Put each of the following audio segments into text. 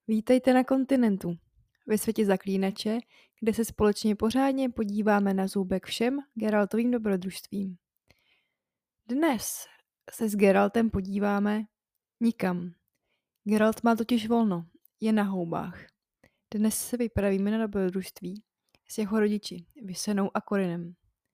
Vítejte na kontinentu, ve světě zaklínače, kde se společně pořádně podíváme na zůbek všem Geraltovým dobrodružstvím. Dnes se s Geraltem podíváme nikam. Geralt má totiž volno, je na houbách. Dnes se vypravíme na dobrodružství s jeho rodiči, Vysenou a Korinem.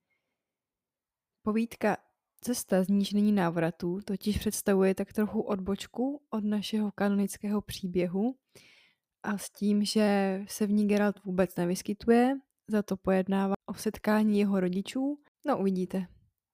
Povídka Cesta, z níž není návratu, totiž představuje tak trochu odbočku od našeho kanonického příběhu, a s tím, že se v ní Geralt vůbec nevyskytuje, za to pojednává o setkání jeho rodičů, no uvidíte.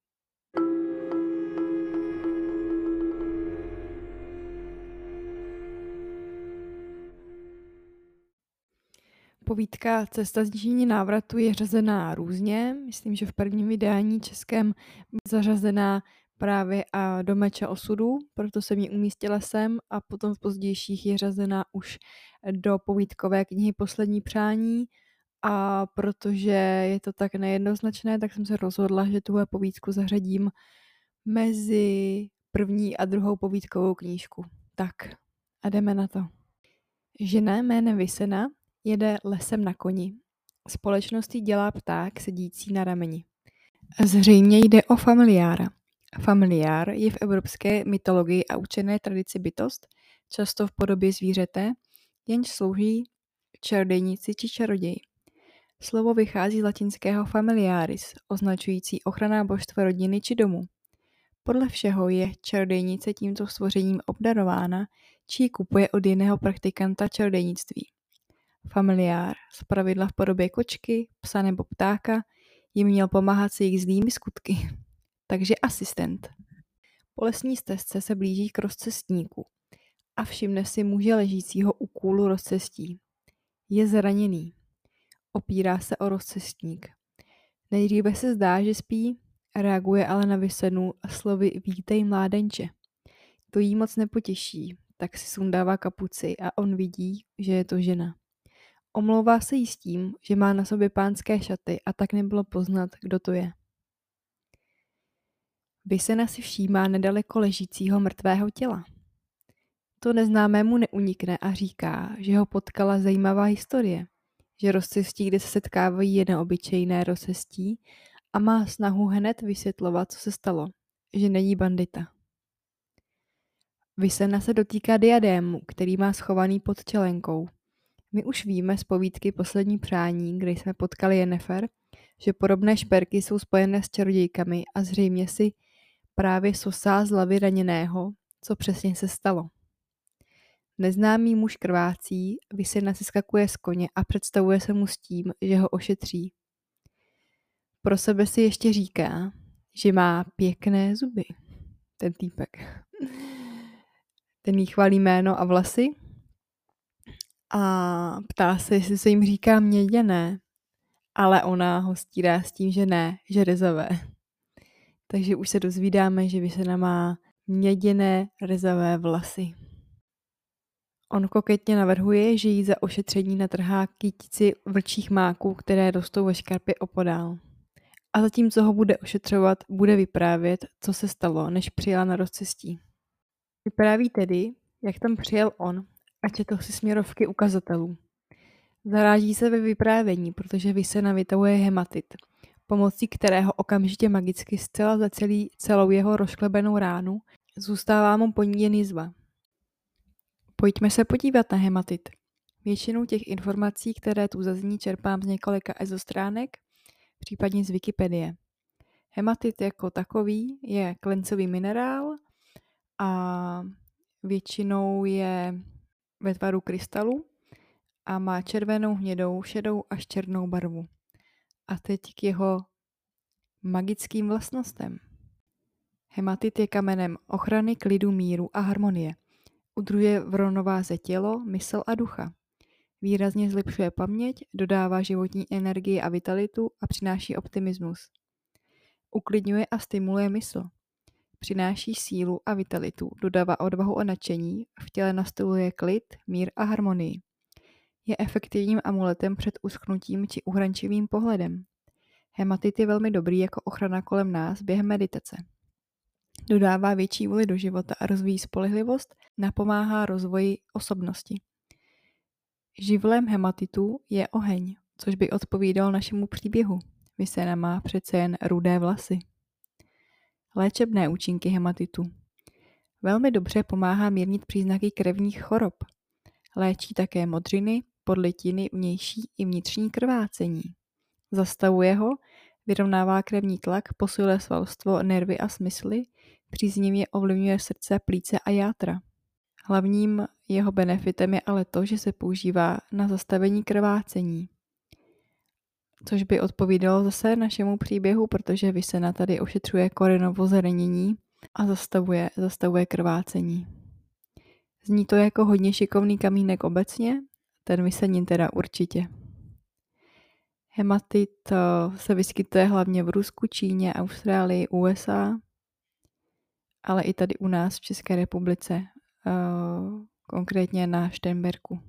Povídka Cesta z nížení návratu je řazená různě. Myslím, že v prvním vydání českém zařazená právě a do Meče osudu, proto jsem ji umístila sem, a potom v pozdějších je řazená už do povídkové knihy Poslední přání, a protože je to tak nejednoznačné, tak jsem se rozhodla, že tuhle povídku zařadím mezi první a druhou povídkovou knížku. Tak a jdeme na to. Žena jménem Vysena jede lesem na koni. Společnost jí dělá pták sedící na rameni. Zřejmě jde o familiára. Familiár je v evropské mytologii a učené tradici bytost, často v podobě zvířete, jenž slouží čarodějnici či čaroději. Slovo vychází z latinského familiaris, označující ochranná božstva rodiny či domu. Podle všeho je čarodějnice tímto stvořením obdarována, či ji kupuje od jiného praktikanta čarodějnictví. Familiár, zpravidla v podobě kočky, psa nebo ptáka, jim měl pomáhat s jejich zlými skutky. Takže asistent. Po lesní stezce se blíží k rozcestníku a všimne si muže ležícího u kůlu rozcestí. Je zraněný. Opírá se o rozcestník. Nejdříve se zdá, že spí, reaguje ale na Vysenu a slovy vítej mládenče. To jí moc nepotěší, tak si sundává kapuci a on vidí, že je to žena. Omlouvá se jí s tím, že má na sobě pánské šaty a tak nebylo poznat, kdo to je. Vysena si všímá nedaleko ležícího mrtvého těla. To neznámému neunikne a říká, že ho potkala zajímavá historie, že rozcestí, kde se setkávají, je neobyčejné rozcestí a má snahu hned vysvětlovat, co se stalo, že není bandita. Vysena se dotýká diadému, který má schovaný pod čelenkou. My už víme z povídky Poslední přání, kde jsme potkali Yennefer, že podobné šperky jsou spojené s čarodějkami a zřejmě si právě sosá z hlavy raněného, co přesně se stalo. Neznámý muž krvácí, Vysena si skakuje z koně a představuje se mu s tím, že ho ošetří. Pro sebe si ještě říká, že má pěkné zuby, ten týpek. Ten jí chválí jméno a vlasy a ptá se, jestli se jim říká měděné, ale ona ho stírá s tím, že ne, že rezavé. Takže už se dozvídáme, že Vysena má měděné rezavé vlasy. On koketně navrhuje, že jí za ošetření natrhá kytici vlčích máků, které rostou ve škarpě opodál. A zatímco ho bude ošetřovat, bude vyprávět, co se stalo, než přijela na rozcestí. Vypráví tedy, jak tam přijel on a četl si směrovky ukazatelů. Zaráží se ve vyprávění, protože Vysena vytahuje hematit, pomocí kterého okamžitě magicky zcela zacelí celou jeho rozklebenou ránu, zůstává mu po ní jen jizva. Pojďme se podívat na hematit. Většinou těch informací, které tu zazní, čerpám z několika ezostránek, případně z Wikipedie. Hematit jako takový je klencový minerál a většinou je ve tvaru krystalu a má červenou, hnědou, šedou až černou barvu. A teď k jeho magickým vlastnostem. Hematit je kamenem ochrany, klidu, míru a harmonie. Udržuje v rovnováze tělo, mysl a ducha. Výrazně zlepšuje paměť, dodává životní energii a vitalitu a přináší optimismus. Uklidňuje a stimuluje mysl. Přináší sílu a vitalitu, dodává odvahu a nadšení, v těle nastoluje klid, mír a harmonii. Je efektivním amuletem před uschnutím či uhrančivým pohledem. Hematit je velmi dobrý jako ochrana kolem nás během meditace. Dodává větší vůli do života a rozvíjí spolehlivost, napomáhá rozvoji osobnosti. Živlem hematitu je oheň, což by odpovídalo našemu příběhu. Vysena má přece jen rudé vlasy. Léčebné účinky hematitu. Velmi dobře pomáhá mírnit příznaky krevních chorob. Léčí také modřiny, podlitiny, vnější i vnitřní krvácení. Zastavuje ho, vyrovnává krevní tlak, posiluje svalstvo, nervy a smysly, příznivě ovlivňuje srdce, plíce a játra. Hlavním jeho benefitem je ale to, že se používá na zastavení krvácení. Což by odpovídalo zase našemu příběhu, protože Vysena tady ošetřuje Corinovo zranění a zastavuje krvácení. Zní to jako hodně šikovný kamínek obecně, ten Vysenin teda určitě. Hematit se vyskytuje hlavně v Rusku, Číně, Austrálii, USA, ale i tady u nás v České republice, konkrétně na Šternberku.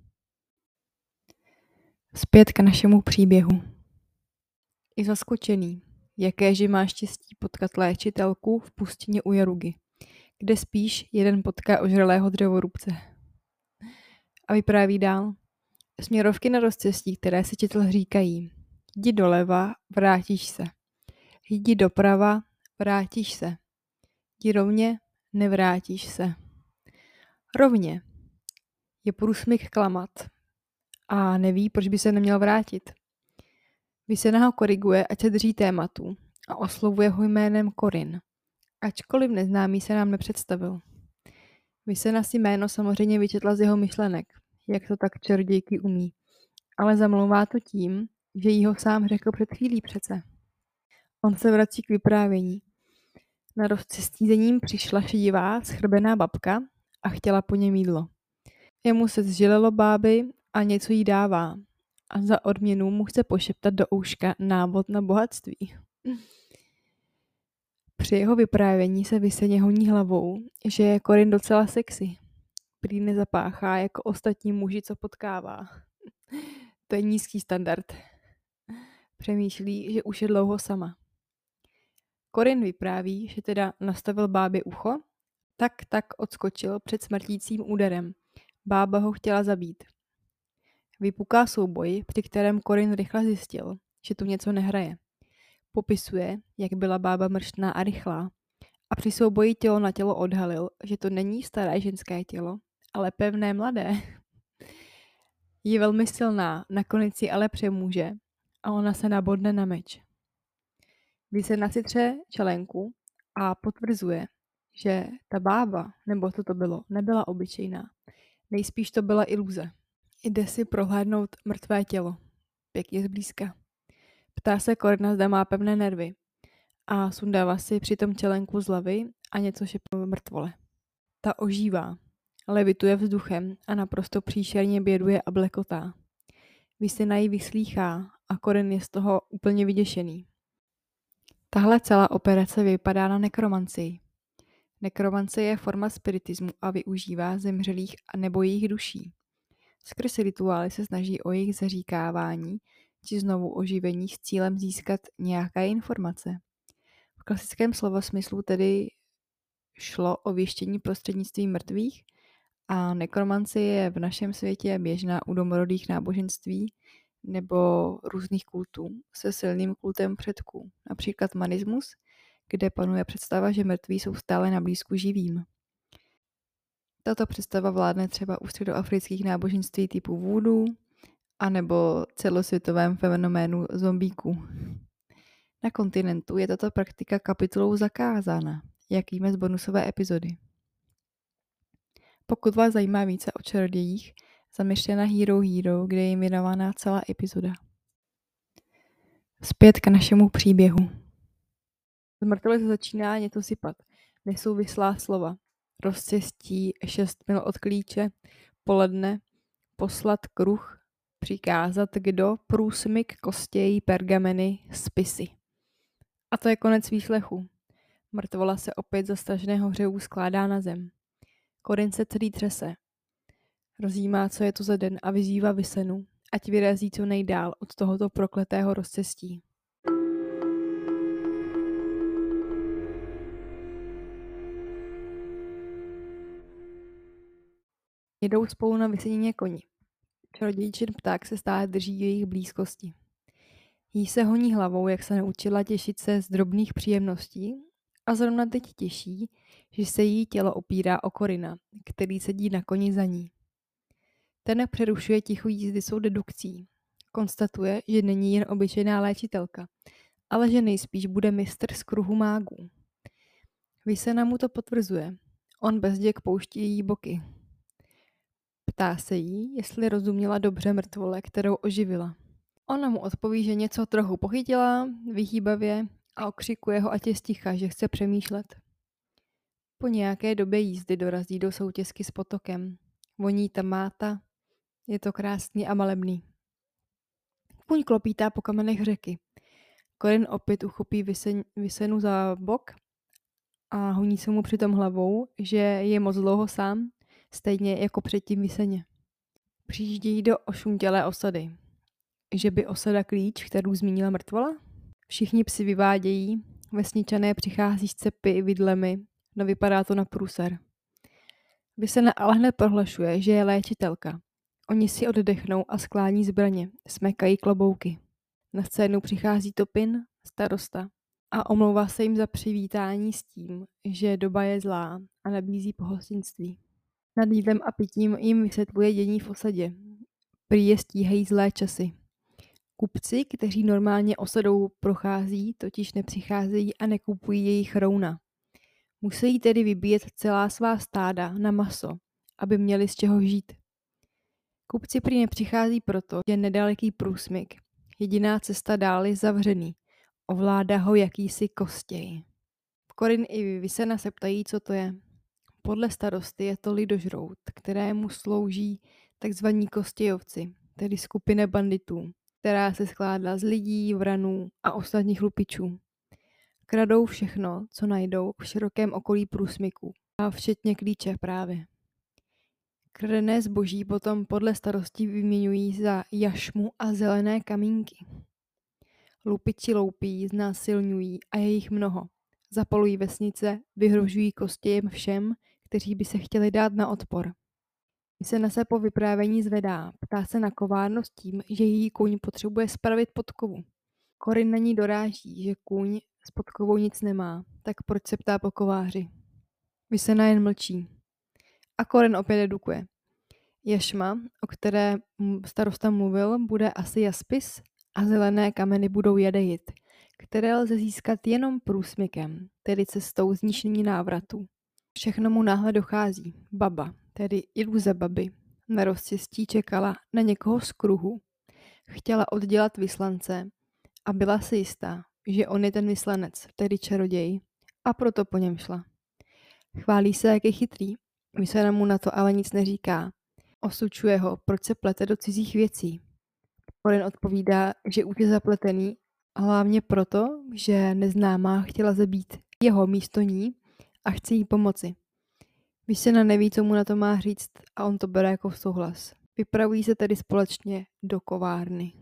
Zpět k našemu příběhu. I zaskočený, jakéže má štěstí potkat léčitelku v pustině u Jarugy, kde spíš jeden potká ožralého dřevorubce. A vypráví dál. Směrovky na rozcestí, které se četl, říkají: jdi doleva, vrátíš se. Jdi doprava, vrátíš se. Jdi rovně, nevrátíš se. Rovně je průsmyk klamat a neví, proč by se neměl vrátit. Vysena ho koriguje, ať se drží tématu a oslovuje ho jménem Corin, ačkoliv neznámý se nám nepředstavil. Vysena si jméno samozřejmě vyčetla z jeho myšlenek, jak to tak čarodějky umí, ale zamlouvá to tím, že jí ho sám řekl před chvílí přece. On se vrací k vyprávění. Na rozcestí za ním přišla šedivá, schrbená babka a chtěla po něm jídlo. Jemu se zžilelo báby a něco jí dává. A za odměnu mu chce pošeptat do ouška návod na bohatství. Při jeho vyprávění se Vyseně honí hlavou, že je Corin docela sexy. Prý nezapáchá jako ostatní muži, co potkává. To je nízký standard. Přemýšlí, že už je dlouho sama. Corin vypráví, že teda nastavil bábě ucho, tak odskočil před smrtícím úderem. Bába ho chtěla zabít. Vypuká souboj, při kterém Corin rychle zjistil, že tu něco nehraje. Popisuje, jak byla bába mrštná a rychlá. A při souboji tělo na tělo odhalil, že to není staré ženské tělo, ale pevné mladé. Je velmi silná, nakonec ji ale přemůže a ona se nabodne na meč. Když se nasytře čelenku a potvrzuje, že ta bába, nebo co to bylo, nebyla obyčejná. Nejspíš to byla iluze. Jde si prohlédnout mrtvé tělo. Pěkně zblízka. Ptá se Corina, zda má pevné nervy. A sundává si přitom čelenku z hlavy a něco šepne mrtvole. Ta ožívá, levituje vzduchem a naprosto příšerně běduje a blekotá. Vysena ji vyslýchá a Corin je z toho úplně vyděšený. Tahle celá operace vypadá na nekromancii. Nekromancie je forma spiritismu a využívá zemřelých a nebo jejich duší. Skrz rituály se snaží o jejich zaříkávání či znovu oživení s cílem získat nějaké informace. V klasickém slova smyslu tedy šlo o věštění prostřednictvím mrtvých a nekromancie je v našem světě běžná u domorodých náboženství nebo různých kultů se silným kultem předků, například manismus, kde panuje představa, že mrtví jsou stále na blízku živým. Tato představa vládne třeba u středoafrických náboženství typu voodoo anebo celosvětovém fenoménu zombíků. Na kontinentu je tato praktika kapitolou zakázána, jak víme z bonusové epizody. Pokud vás zajímá více o čarodějích, zaměřte na Hero, kde je jim věnovaná celá epizoda. Zpět k našemu příběhu. Z mrtvole se začíná něco sypat. Nesouvislá slova. Rozcestí, 6 mil od klíče, poledne, poslat kruh, přikázat kdo, průsmyk, kostějí, pergameny, spisy. A to je konec výslechu. Mrtvola se opět za strašného hřevu skládá na zem. Corin se celý třese. Rozjímá, co je to za den a vyzývá Vysenu, ať vyrazí co nejdál od tohoto prokletého rozcestí. Jedou spolu na Vysenině koni. Čarodějčin pták se stále drží v jejich blízkosti. Jí se honí hlavou, jak se naučila těšit se z drobných příjemností a zrovna teď těší, že se jí tělo opírá o Corina, který sedí na koni za ní. Ten přerušuje ticho jízdy svou dedukcí. Konstatuje, že není jen obyčejná léčitelka, ale že nejspíš bude mistr z kruhu mágů. Visena mu to potvrzuje. On bezděk pouští její boky. Ptá se jí, jestli rozuměla dobře mrtvole, kterou oživila. Ona mu odpoví, že něco trochu pochytila, vyhýbavě a okřikuje ho, ať je sticha, že chce přemýšlet. Po nějaké době jízdy dorazí do soutězky s potokem. Voní tam máta, je to krásný a malebný. Kůň klopítá po kamenech řeky. Corin opět uchopí Visenu za bok a honí se mu přitom hlavou, že je moc dlouho sám, stejně jako předtím Viseně. Přijíždějí do ošuntělé osady. Že by osada Klíč, kterou zmínila mrtvola? Všichni psi vyvádějí, vesničané přichází s cepy i vidlemi, no vypadá to na průser. Visena ale hned prohlašuje, že je léčitelka. Oni si oddechnou a sklání zbraně, smekají klobouky. Na scénu přichází Topin, starosta, a omlouvá se jim za přivítání s tím, že doba je zlá a nabízí pohostinství. Nad jídlem a pitím jim vysvětluje dění v osadě. Prý je stíhají zlé časy. Kupci, kteří normálně osadou prochází, totiž nepřicházejí a nekupují jejich rouna. Musí tedy vybíjet celá svá stáda na maso, aby měli z čeho žít. Kupci prý nepřichází proto, že nedaleký průsmyk. Jediná cesta dál je zavřený. Ovládá ho jakýsi kostěj. Corin i Visena se ptají, co to je. Podle starosty je to lidožrout, kterému slouží takzvaní kostějovci, tedy skupina banditů, která se skládá z lidí, vranů a ostatních lupičů. Kradou všechno, co najdou v širokém okolí průsmyku, a včetně klíče právě. Kradené zboží potom podle starostí vyměňují za jašmu a zelené kamínky. Lupiči loupí, znásilňují a je jich mnoho. Zapalují vesnice, vyhrožují kostějem všem, kteří by se chtěli dát na odpor. Visena se po vyprávění zvedá, ptá se na kovárnu s tím, že její kůň potřebuje spravit podkovu. Corin na ní doráží, že kůň s podkovou nic nemá, tak proč se ptá po kováři. Visena jen mlčí. A Corin opět dedukuje. Jašma, o které starosta mluvil, bude asi jaspis a zelené kameny budou jadejit, které lze získat jenom průsmykem, tedy cestou zničení návratu. Všechno mu náhle dochází. Baba, tedy iluze baby, na rozcestí čekala na někoho z kruhu. Chtěla oddělat vyslance a byla si jistá, že on je ten vyslanec, tedy čaroděj, a proto po něm šla. Chválí se, jak je chytrý. Visena mu na to ale nic neříká. Osučuje ho, proč se plete do cizích věcí. Corin odpovídá, že už je zapletený, hlavně proto, že neznámá chtěla zabít jeho místo ní a chce jí pomoci. Visena neví, co mu na to má říct a on to bere jako souhlas. Vypravují se tedy společně do kovárny.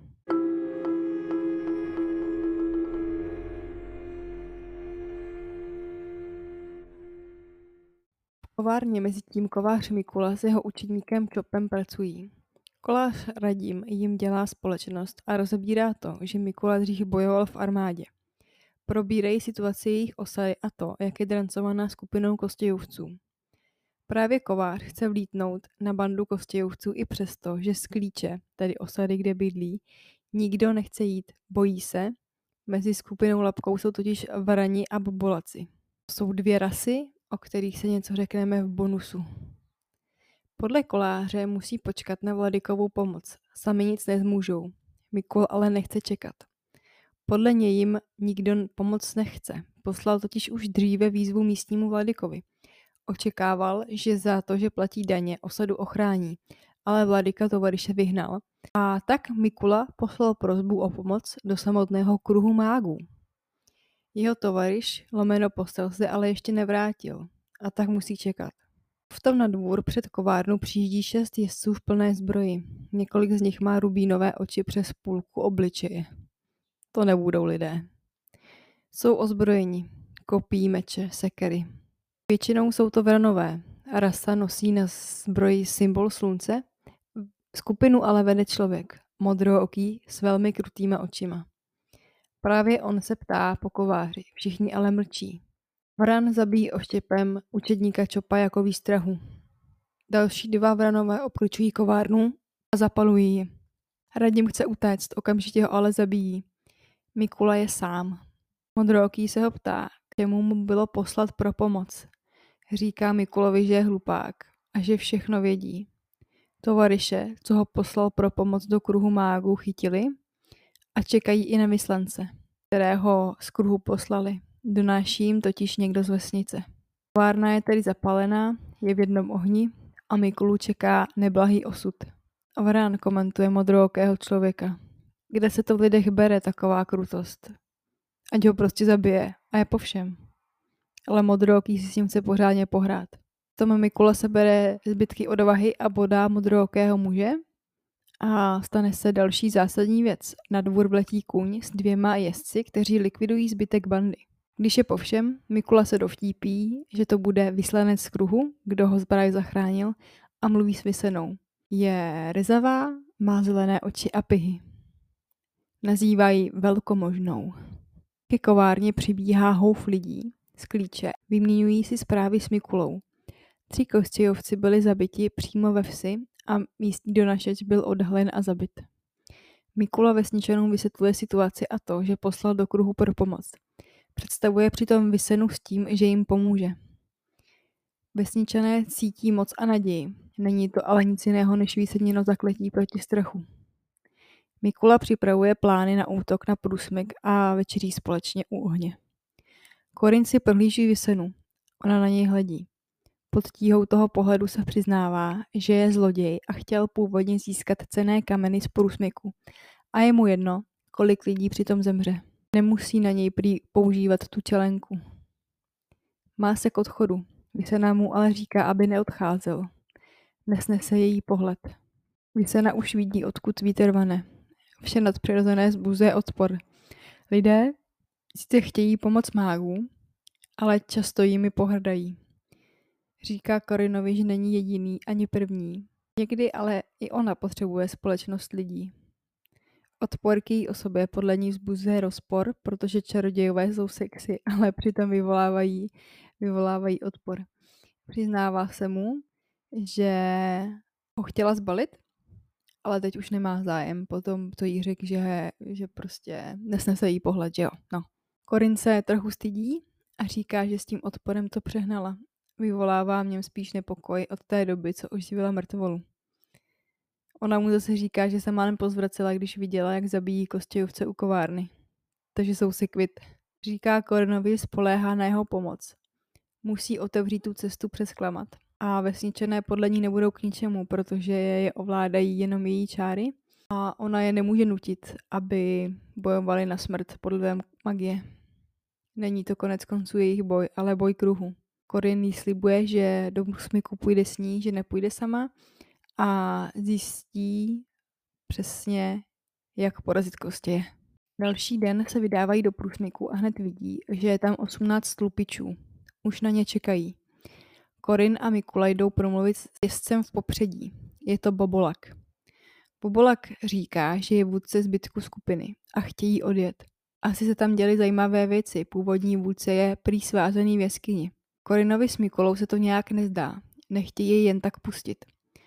V kovárně mezi tím kovář Mikula s jeho učeníkem Čopem pracují. Kolář Radim jim dělá společnost a rozebírá to, že Mikula dřív bojoval v armádě. Probírají situaci jejich osady a to, jak je drancovaná skupinou kostějovců. Právě kovář chce vlítnout na bandu kostějovců i přesto, že z Klíče, tedy osady, kde bydlí, nikdo nechce jít, bojí se. Mezi skupinou Lapkou jsou totiž varani a bobolaci. Jsou dvě rasy, o kterých se něco řekneme v bonusu. Podle koláře musí počkat na Vladykovou pomoc. Sami nic nezmůžou. Mikul ale nechce čekat. Podle něj jim nikdo pomoc nechce. Poslal totiž už dříve výzvu místnímu Vladykovi. Očekával, že za to, že platí daně, osadu ochrání, ale Vladyka tovaryše vyhnal. A tak Mikula poslal prosbu o pomoc do samotného kruhu mágů. Jeho tovaryš, lomeno postel, se ale ještě nevrátil a tak musí čekat. V tom na dvůr před kovárnu přijíždí 6 jezdců v plné zbroji. Několik z nich má rubínové oči přes půlku obličeje. To nebudou lidé. Jsou ozbrojeni. Kopí, meče, sekery. Většinou jsou to vranové. Rasa nosí na zbroji symbol slunce Skupinu ale vede člověk, modrooký s velmi krutýma očima. Právě on se ptá po kováři, všichni ale mlčí. Vran zabíjí oštěpem učedníka Čopa jako výstrahu. Další 2 vranové obklučují kovárnu a zapalují ji. Radim chce utéct, okamžitě ho ale zabijí. Mikula je sám. Modrooký se ho ptá, k čemu mu bylo poslat pro pomoc. Říká Mikulovi, že je hlupák a že všechno vědí. Tovaryše, co ho poslal pro pomoc do kruhu mágů, chytili a čekají i na vyslance, kterého z kruhu poslali. Donáší jim totiž někdo z vesnice. Továrna je tedy zapalená, je v jednom ohni a Mikulu čeká neblahý osud. Vran komentuje modrookého člověka. Kde se to v lidech bere taková krutost? Ať ho prostě zabije a je po všem. Ale modrooký si s tím chce pořádně pohrát. Tom Mikula se bere zbytky odvahy a bodá modrookého muže a stane se další zásadní věc. Na dvůr vletí kůň s 2 jezdci, kteří likvidují zbytek bandy. Když je po všem, Mikula se dovtípí, že to bude vyslanec z kruhu, kdo ho zbraj zachránil a mluví s Vysenou. Je rezavá, má zelené oči a pyhy. Nazývají velkomožnou. Ke kovárně přibíhá houf lidí z klíče, vyměňují si zprávy s Mikulou. 3 kostějovci byli zabiti přímo ve vsi a místní donašeč byl odhalen a zabit. Mikula vesničanům vysvětluje situaci a to, že poslal do kruhu pro pomoc. Představuje přitom Vysenu s tím, že jim pomůže. Vesničané cítí moc a naději. Není to ale nic jiného než Vysenino zakletí proti strachu. Mikula připravuje plány na útok na průsmyk a večeří společně u ohně. Korin si prohlíží Vysenu. Ona na něj hledí. Pod tíhou toho pohledu se přiznává, že je zloděj a chtěl původně získat cenné kameny z průsmyku. A je mu jedno, kolik lidí přitom zemře. Nemusí na něj prý používat tu čelenku. Má se k odchodu. Vysena mu ale říká, aby neodcházel. Nesnese její pohled. Vysena už vidí, odkud vítr vane. Vše nadpřirozené zbuzuje odpor. Lidé sice chtějí pomoc mágů, ale často jimi pohrdají. Říká Korinovi, že není jediný ani první. Někdy ale i ona potřebuje společnost lidí. Odpor k její osobě podle ní vzbuzuje rozpor, protože čarodějové jsou sexy, ale přitom vyvolávají odpor. Přiznává se mu, že ho chtěla zbalit, ale teď už nemá zájem. Potom to jí řekl, že prostě nesnese jí pohled, že jo. No. Korin se trochu stydí a říká, že s tím odporem to přehnala. Vyvolává v něm spíš nepokoj od té doby, co oživila mrtvolu. Ona mu zase říká, že se málem pozvracela, když viděla, jak zabíjí kostějovce u kovárny. Takže jsou si kvit. Říká Korinovi, že spoléhá na jeho pomoc. Musí otevřít tu cestu přes klamat. A vesničané podle ní nebudou k ničemu, protože je ovládají jenom její čáry a ona je nemůže nutit, aby bojovali na smrt pod vlivem magie. Není to konec konců jejich boj, ale boj kruhu. Korin jí slibuje, že do smyku půjde s ní, že nepůjde sama a zjistí přesně, jak porazit kostěje. Další den se vydávají do průsmyku a hned vidí, že je tam 18 lupičů. Už na ně čekají. Korin a Mikula jdou promluvit s jezdcem v popředí. Je to Bobolak. Bobolak říká, že je vůdce zbytku skupiny a chtějí odjet. Asi se tam děly zajímavé věci, původní vůdce je prý svázaný v jeskyni. Korinovi s Mikulou se to nějak nezdá, nechtějí jej jen tak pustit.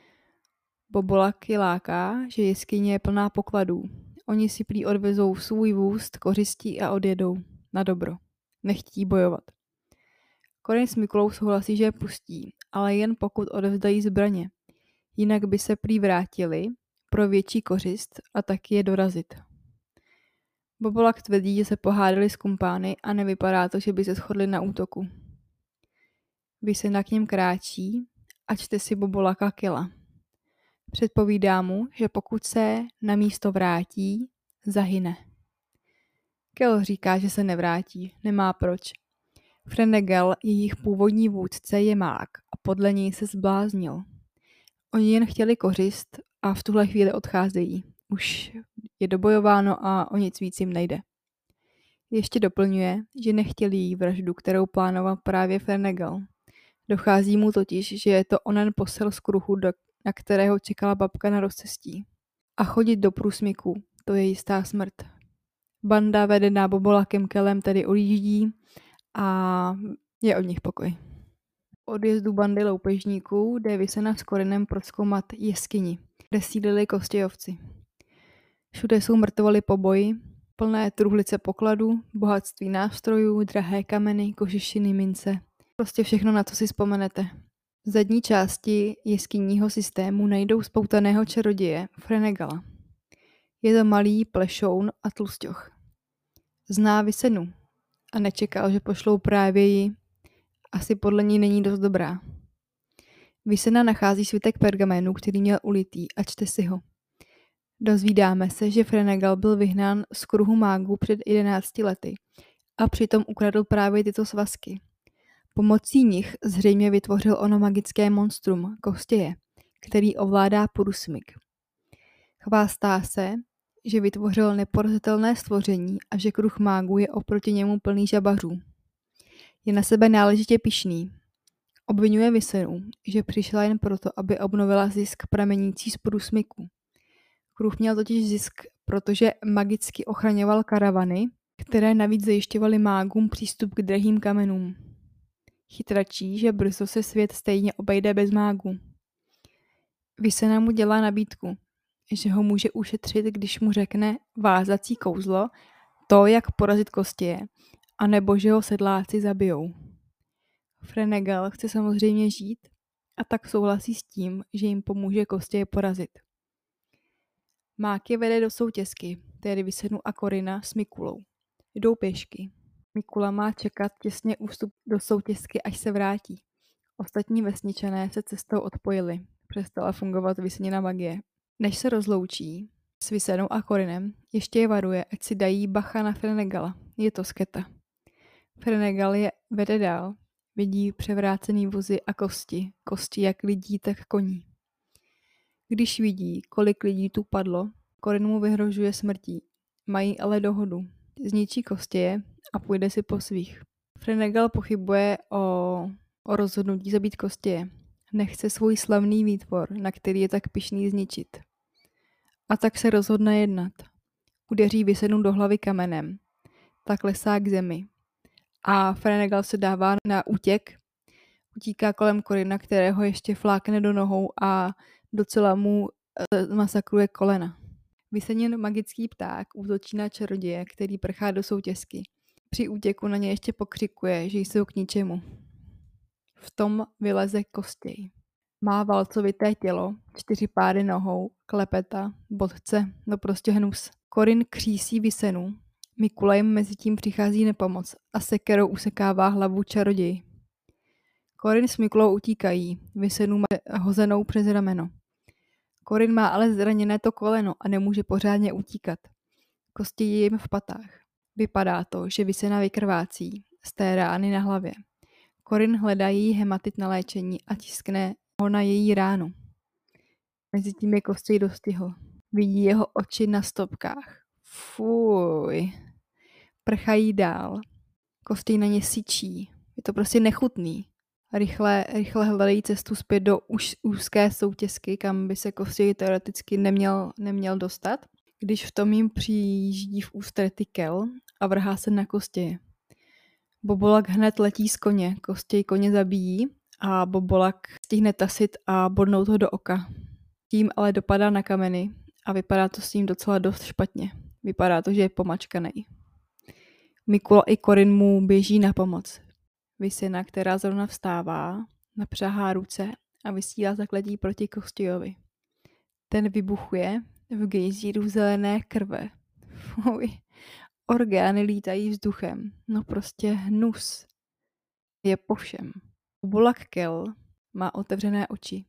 Bobolak je láká, že jeskyně je plná pokladů. Oni si prý odvezou svůj vůz, kořistí a odjedou. Na dobro. Nechtějí bojovat. Korin s Mikulou souhlasí, že je pustí, ale jen pokud odevzdají zbraně. Jinak by se prý vrátili pro větší kořist a taky je dorazit. Bobolak tvrdí, že se pohádali s kumpány a nevypadá to, že by se shodli na útoku. Vysena k něm kráčí a čte si Bobolaka Kela. Předpovídá mu, že pokud se na místo vrátí, zahyne. Kel říká, že se nevrátí, nemá proč. Frenegel, jejich původní vůdce, je mák a podle něj se zbláznil. Oni jen chtěli kořist a v tuhle chvíli odcházejí. Už je dobojováno a o nic víc jim nejde. Ještě doplňuje, že nechtěli jí vraždu, kterou plánoval právě Frenegel. Dochází mu totiž, že je to onen posel z kruhu, na kterého čekala babka na rozcestí. A chodit do průsmyku, to je jistá smrt. Banda vedená Bobolakem Kellem tedy odjíždí a je od nich pokoj. Odjezdu bandy loupežníků jde Visena s Korinem prozkoumat jeskyni, kde sídlili Kostějovci. Všude jsou mrtvoly po boji, plné truhlice pokladů, bohatství nástrojů, drahé kameny, kožešiny, mince. Prostě všechno, na co si vzpomenete. V zadní části jeskyního systému najdou spoutaného čaroděje Frenegala. Je to malý plešoun a tlusťoch. Zná Visenu a nečekal, že pošlou právě ji. Asi podle ní není dost dobrá. Visena nachází svitek pergaménu, který měl ulitý, a čte si ho. Dozvídáme se, že Frenegal byl vyhnán z kruhu mágů před 11 lety a přitom ukradl právě tyto svazky. Pomocí nich zřejmě vytvořil ono magické monstrum, Kostěje, který ovládá průsmyk. Chvástá se, že vytvořil neporazitelné stvoření a že kruh mágů je oproti němu plný žabařů. Je na sebe náležitě pyšný. Obvinuje Visenu, že přišla jen proto, aby obnovila zisk pramenící z průsmyku. Kruh měl totiž zisk, protože magicky ochraňoval karavany, které navíc zajišťovaly mágům přístup k drahým kamenům. Chytračí, že brzo se svět stejně obejde bez mágů. Visena mu dělá nabídku, že ho může ušetřit, když mu řekne vázací kouzlo, to, jak porazit Kostěje, anebo že ho sedláci zabijou. Frenegal chce samozřejmě žít a tak souhlasí s tím, že jim pomůže Kostěje porazit. Mák je vede do soutězky, tedy Visenu a Korina s Mikulou. Jdou pěšky. Mikula má čekat těsně ústup do soutězky, až se vrátí. Ostatní vesničané se cestou odpojili. Přestala fungovat Visenina magie. Než se rozloučí s Visenou a Korinem, ještě je varuje, ať si dají bacha na Frenegala. Je to sketa. Frenegal je vede dál. Vidí převrácený vozy a kosti. Kosti jak lidí, tak koní. Když vidí, kolik lidí tu padlo, Korin mu vyhrožuje smrtí. Mají ale dohodu. Zničí Kostěje a půjde si po svých. Frenegal pochybuje o rozhodnutí zabít Kostěje. Nechce svůj slavný výtvor, na který je tak pyšný, zničit. A tak se rozhodne jednat. Udeří Visenu do hlavy kamenem. Tak klesá k zemi. A Frenegal se dává na útěk. Utíká kolem Korina, kterého ještě flákne do nohou a docela mu masakruje kolena. Visenin magický pták útočí na čaroděje, který prchá do soutězky. Při útěku na ně ještě pokřikuje, že jsou k ničemu. V tom vyleze Kostěj. Má valcovité tělo, 4 páry nohou, klepeta, bodce, no prostě hnus. Korin křísí Visenu. Mikula jim mezi tím přichází na pomoc a sekerou usekává hlavu čaroději. Korin s Mikulou utíkají, Visenu má hozenou přes rameno. Korin má ale zraněné to koleno a nemůže pořádně utíkat. Kosti je jim v patách. Vypadá to, že Visena vykrvácí z té rány na hlavě. Korin hledá její hematit na léčení a tiskne ho na její ránu. Mezitím je Kostěj dostihl. Vidí jeho oči na stopkách. Fuj. Prchají dál. Kostěj na ně syčí. Je to prostě nechutný. Rychle hledají cestu zpět do úzké soutězky, kam by se Kostěj teoreticky neměl dostat, když v tom jim přijíždí v ústrety Kell a vrhá se na Kostěje. Bobolak hned letí z koně, Kostěj koně zabíjí a Bobolak stihne tasit a bodnout ho do oka. Tím ale dopadá na kameny a vypadá to s ním docela dost špatně. Vypadá to, že je pomačkanej. Mikula i Korin mu běží na pomoc. Visena, která zrovna vstává, napřahá ruce a vysílá zakletí proti Kostějovi. Ten vybuchuje v gejzíru zelené krve. Fuj. Orgány lítají vzduchem. No prostě hnus. Je po všem. Bobolak Kell má otevřené oči.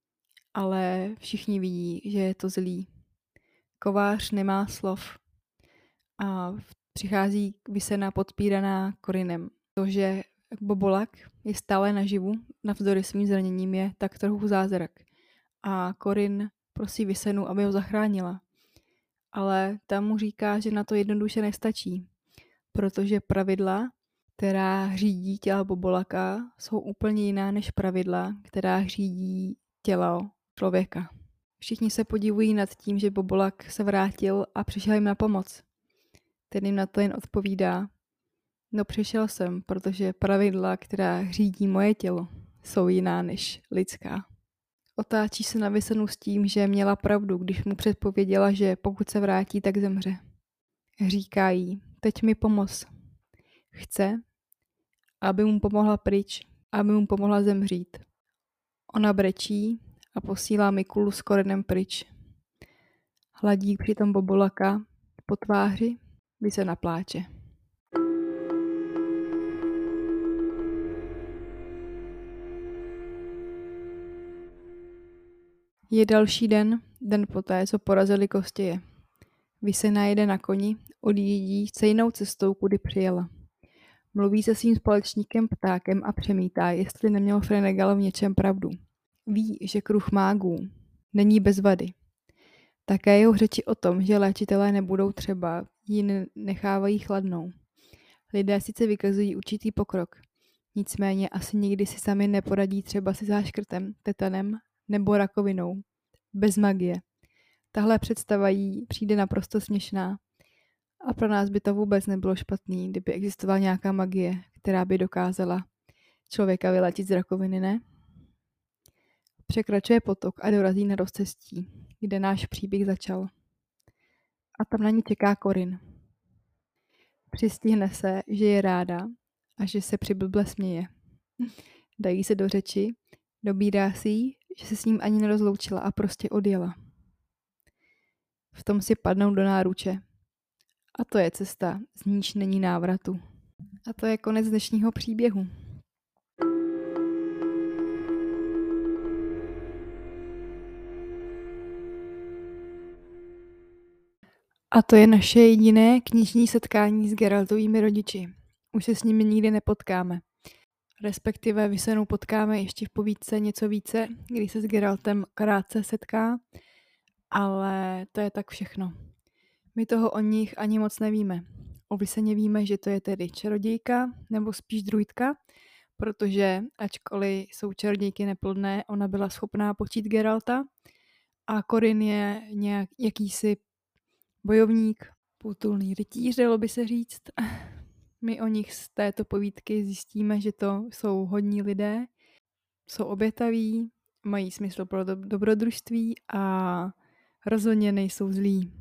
Ale všichni vidí, že je to zlý. Kovář nemá slov. A přichází Visena podpíraná Korinem. To, že Bobolak je stále naživu, navzdory svým zraněním, je tak trochu zázrak. A Korin prosí Visenu, aby ho zachránila. Ale ta mu říká, že na to jednoduše nestačí, protože pravidla, která řídí těla Bobolaka, jsou úplně jiná než pravidla, která řídí tělo člověka. Všichni se podivují nad tím, že Bobolak se vrátil a přišel jim na pomoc. Ten jim na to jen odpovídá: no přišel jsem, protože pravidla, která řídí moje tělo, jsou jiná než lidská. Otáčí se na Vysenu s tím, že měla pravdu, když mu předpověděla, že pokud se vrátí, tak zemře. Říká jí: teď mi pomoz. Chce, aby mu pomohla pryč, aby mu pomohla zemřít. Ona brečí a posílá Mikulu s Korinem pryč. Hladí přitom Bobolaka po tváři, Vysena pláče. Je další den poté, co porazili Kostěje. Vysena jede na koni, odjíždí stejnou cestou, kudy přijela. Mluví se svým společníkem Ptákem a přemítá, jestli neměl Frenegal v něčem pravdu. Ví, že kruh mágů není bez vady. Také jeho řeči o tom, že léčitelé nebudou třeba, ji nechávají chladnou. Lidé sice vykazují určitý pokrok, nicméně asi nikdy si sami neporadí třeba si záškrtem, tetanem nebo rakovinou. Bez magie. Tahle představa jí přijde naprosto směšná. A pro nás by to vůbec nebylo špatný, kdyby existovala nějaká magie, která by dokázala člověka vyléčit z rakoviny, ne? Překračuje potok a dorazí na rozcestí, kde náš příběh začal. A tam na ní čeká Corin. Přistihne se, že je ráda a že se přiblble směje. Dají se do řeči, dobírá si jí, že se s ním ani nerozloučila a prostě odjela. V tom si padnou do náruče. A to je cesta, z níž není návratu. A to je konec dnešního příběhu. A to je naše jediné knižní setkání s Geraltovými rodiči. Už se s nimi nikdy nepotkáme. Respektive Vysenu potkáme ještě v povídce něco více, kdy se s Geraltem krátce setká, ale to je tak všechno. My toho o nich ani moc nevíme. O Vyseně víme, že to je tedy čarodějka, nebo spíš druidka, protože ačkoliv jsou čarodějky neplodné, ona byla schopná počít Geralta a Corin je jakýsi bojovník, půtulný rytíř, dalo by se říct. My o nich z této povídky zjistíme, že to jsou hodní lidé, jsou obětaví, mají smysl pro dobrodružství a rozhodně nejsou zlí.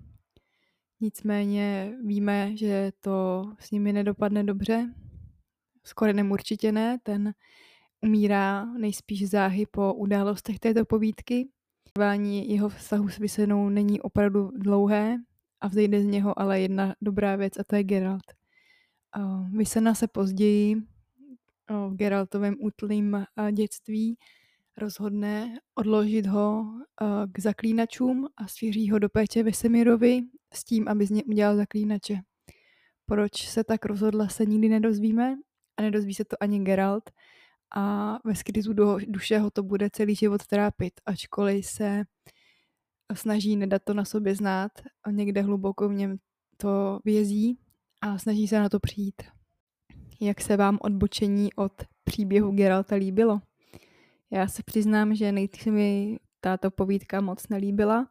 Nicméně víme, že to s nimi nedopadne dobře. S Corinem určitě ne, ten umírá nejspíš záhy po událostech této povídky. Trvání jeho vztahu s Vysenou není opravdu dlouhé a vzejde z něho ale jedna dobrá věc a to je Geralt. Vysena se později v Geraltovém útlým dětství rozhodne odložit ho k zaklínačům a svěří ho do péče Vesemirovi s tím, aby z něj udělal zaklínače. Proč se tak rozhodla, se nikdy nedozvíme a nedozví se to ani Geralt a ve skrytu duše ho to bude celý život trápit, ačkoliv se snaží nedat to na sobě znát a někde hluboko v něm to vězí a snaží se na to přijít. Jak se vám odbočení od příběhu Geralta líbilo? Já se přiznám, že nejdřív mi tato povídka moc nelíbila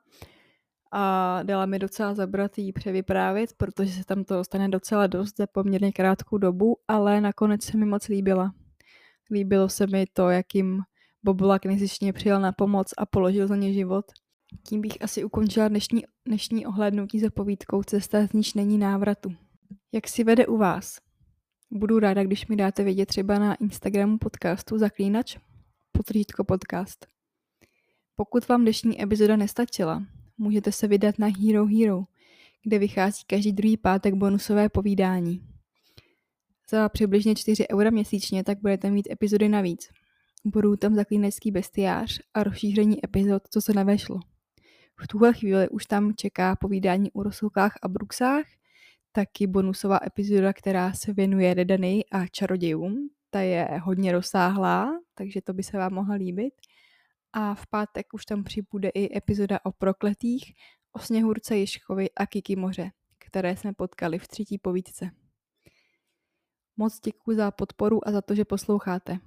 a dala mi docela zabrat jí převyprávět, protože se tam to stane docela dost za poměrně krátkou dobu, ale nakonec se mi moc líbila. Líbilo se mi to, jak jim Bobolak nezištně přijel na pomoc a položil za ně život. Tím bych asi ukončila dnešní ohlédnutí za povídkou Cesta, z níž není návratu. Jak si vede u vás? Budu ráda, když mi dáte vědět třeba na Instagramu podcastu Zaklínač, _podcast. Pokud vám dnešní epizoda nestačila, můžete se vydat na Hero Hero, kde vychází každý druhý pátek bonusové povídání. Za přibližně 4 € měsíčně tak budete mít epizody navíc. Budou tam zaklínačský bestiář a rozšíření epizod, co se nevešlo. V tuhle chvíli už tam čeká povídání o Rosoulkách a Bruxách, taky bonusová epizoda, která se věnuje Redany a čarodějům. Ta je hodně rozsáhlá, takže to by se vám mohla líbit. A v pátek už tam přibude i epizoda o prokletých, o Sněhurce Ježkovi a Kiki Moře, které jsme potkali v 3. povídce. Moc děkuji za podporu a za to, že posloucháte.